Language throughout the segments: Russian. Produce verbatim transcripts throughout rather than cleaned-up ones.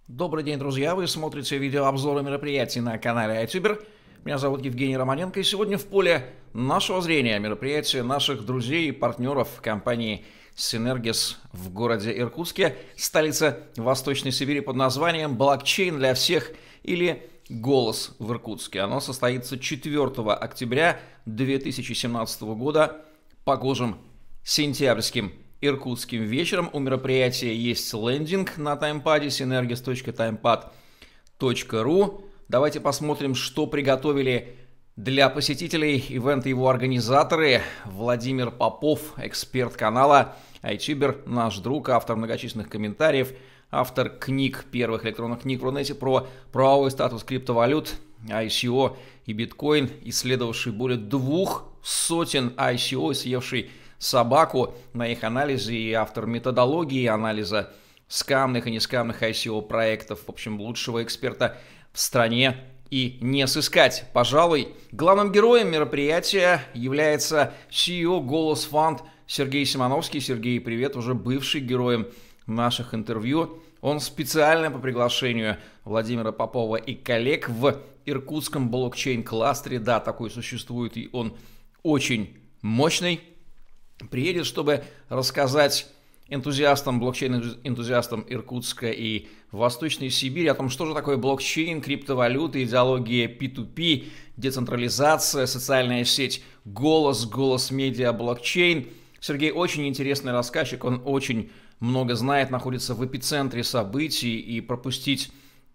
Добрый день, друзья! Вы смотрите видеообзоры мероприятий на канале iTuber. Меня зовут Евгений Романенко, и сегодня в поле нашего зрения мероприятие наших друзей и партнеров компании Synergis в городе Иркутске, столица Восточной Сибири, под названием «Блокчейн для всех» или «Голос в Иркутске». Оно состоится четвёртого октября две тысячи семнадцатого года погожим сентябрьским иркутским вечером. У мероприятия есть лендинг на таймпаде synergis точка таймпад точка ру. Давайте посмотрим, что приготовили для посетителей ивента его организаторы. Владимир Попов, эксперт канала iTuber, наш друг, автор многочисленных комментариев, автор книг, первых электронных книг в Рунете про правовой статус криптовалют, ай си о и биткоин, исследовавший более двух сотен ай си о, съевший собаку на их анализе, и автор методологии анализа скамных и нескамных ай си о проектов. В общем, лучшего эксперта в стране и не сыскать. Пожалуй, главным героем мероприятия является си и о Голос Фанд Сергей Симоновский. Сергей, привет, уже бывший героем наших интервью. Он специально по приглашению Владимира Попова и коллег в иркутском блокчейн-кластере, да, такой существует, и он очень мощный, приедет, чтобы рассказать энтузиастам, блокчейн-энтузиастам Иркутска и Восточной Сибири о том, что же такое блокчейн, криптовалюта, идеология пи ту пи, децентрализация, социальная сеть Голос, Голос Медиа, блокчейн. Сергей очень интересный рассказчик, он очень много знает, находится в эпицентре событий, и пропустить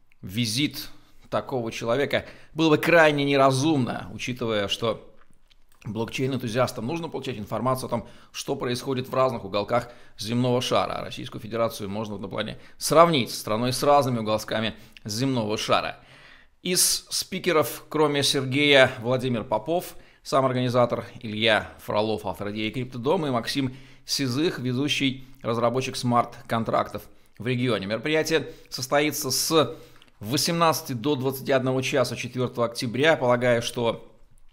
визит такого человека было бы крайне неразумно, учитывая, что блокчейн-энтузиастам нужно получать информацию о том, что происходит в разных уголках земного шара. Российскую Федерацию можно в этом плане сравнить с страной с разными уголками земного шара. Из спикеров, кроме Сергея, Владимир Попов, сам организатор Илья Фролов, автор идеи Криптодома, и Максим Сизых, ведущий разработчик смарт-контрактов в регионе. Мероприятие состоится с восемнадцати до двадцати одного часа четвёртого октября. Полагаю, что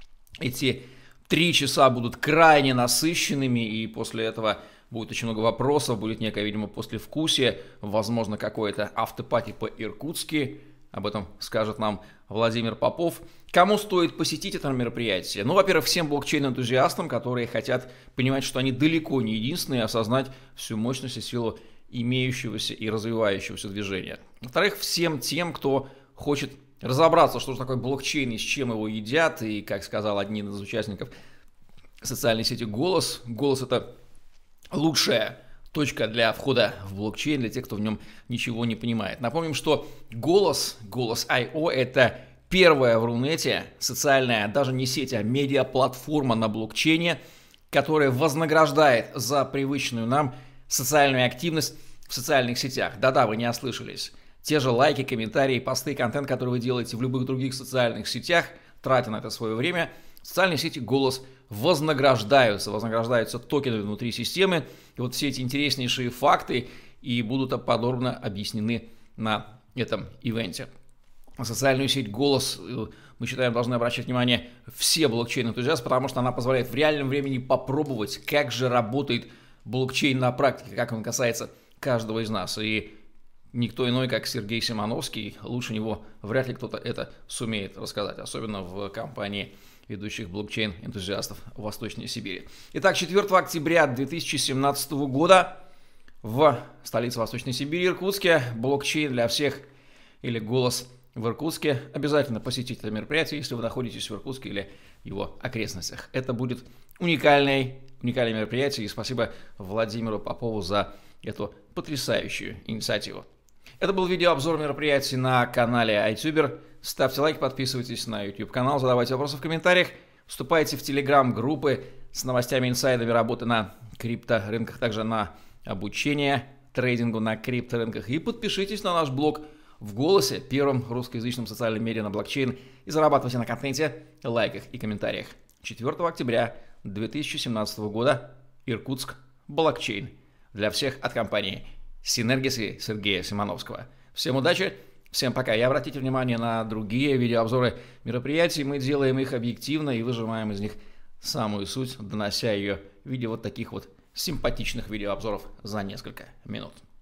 эти Три часа будут крайне насыщенными, и после этого будет очень много вопросов, будет некое, видимо, послевкусие, возможно, какое-то автопати по-иркутски. Об этом скажет нам Владимир Попов. Кому стоит посетить это мероприятие? Ну, во-первых, всем блокчейн-энтузиастам, которые хотят понимать, что они далеко не единственные, и осознать всю мощность и силу имеющегося и развивающегося движения. Во-вторых, всем тем, кто хочет разобраться, что же такое блокчейн и с чем его едят, и, как сказал один из участников социальной сети Голос, Голос — это лучшая точка для входа в блокчейн для тех, кто в нем ничего не понимает. Напомним, что Голос, Голос точка ай о — это первая в Рунете социальная, даже не сеть, а медиаплатформа на блокчейне, которая вознаграждает за привычную нам социальную активность в социальных сетях. Да-да, вы не ослышались. Те же лайки, комментарии, посты, контент, который вы делаете в любых других социальных сетях, тратя на это свое время, социальные сети Голос вознаграждаются, вознаграждаются токенами внутри системы. И вот все эти интереснейшие факты и будут подробно объяснены на этом ивенте. На социальную сеть Голос, мы считаем, должны обращать внимание все блокчейн-энтузиасты, потому что она позволяет в реальном времени попробовать, как же работает блокчейн на практике, как он касается каждого из нас. И никто иной, как Сергей Симоновский, лучше него вряд ли кто-то это сумеет рассказать, особенно в компании ведущих блокчейн-энтузиастов в Восточной Сибири. Итак, четвёртого октября две тысячи семнадцатого года в столице Восточной Сибири, Иркутске, блокчейн для всех или Голос в Иркутске. Обязательно посетите это мероприятие, если вы находитесь в Иркутске или его окрестностях. Это будет уникальное, уникальное мероприятие, и спасибо Владимиру Попову за эту потрясающую инициативу. Это был видеообзор мероприятий на канале iTuber. Ставьте лайк, подписывайтесь на YouTube-канал, задавайте вопросы в комментариях, вступайте в телеграм-группы с новостями, инсайдами работы на крипторынках, также на обучение трейдингу на крипторынках. И подпишитесь на наш блог в Голосе, первом русскоязычном социальном медиа на блокчейн, и зарабатывайте на контенте, лайках и комментариях. четвёртого октября две тысячи семнадцатого года, Иркутск, блокчейн для всех от компании Synergis и Сергея Симоновского. Всем удачи, всем пока. И обратите внимание на другие видеообзоры мероприятий. Мы делаем их объективно и выжимаем из них самую суть, донося ее в виде вот таких вот симпатичных видеообзоров за несколько минут.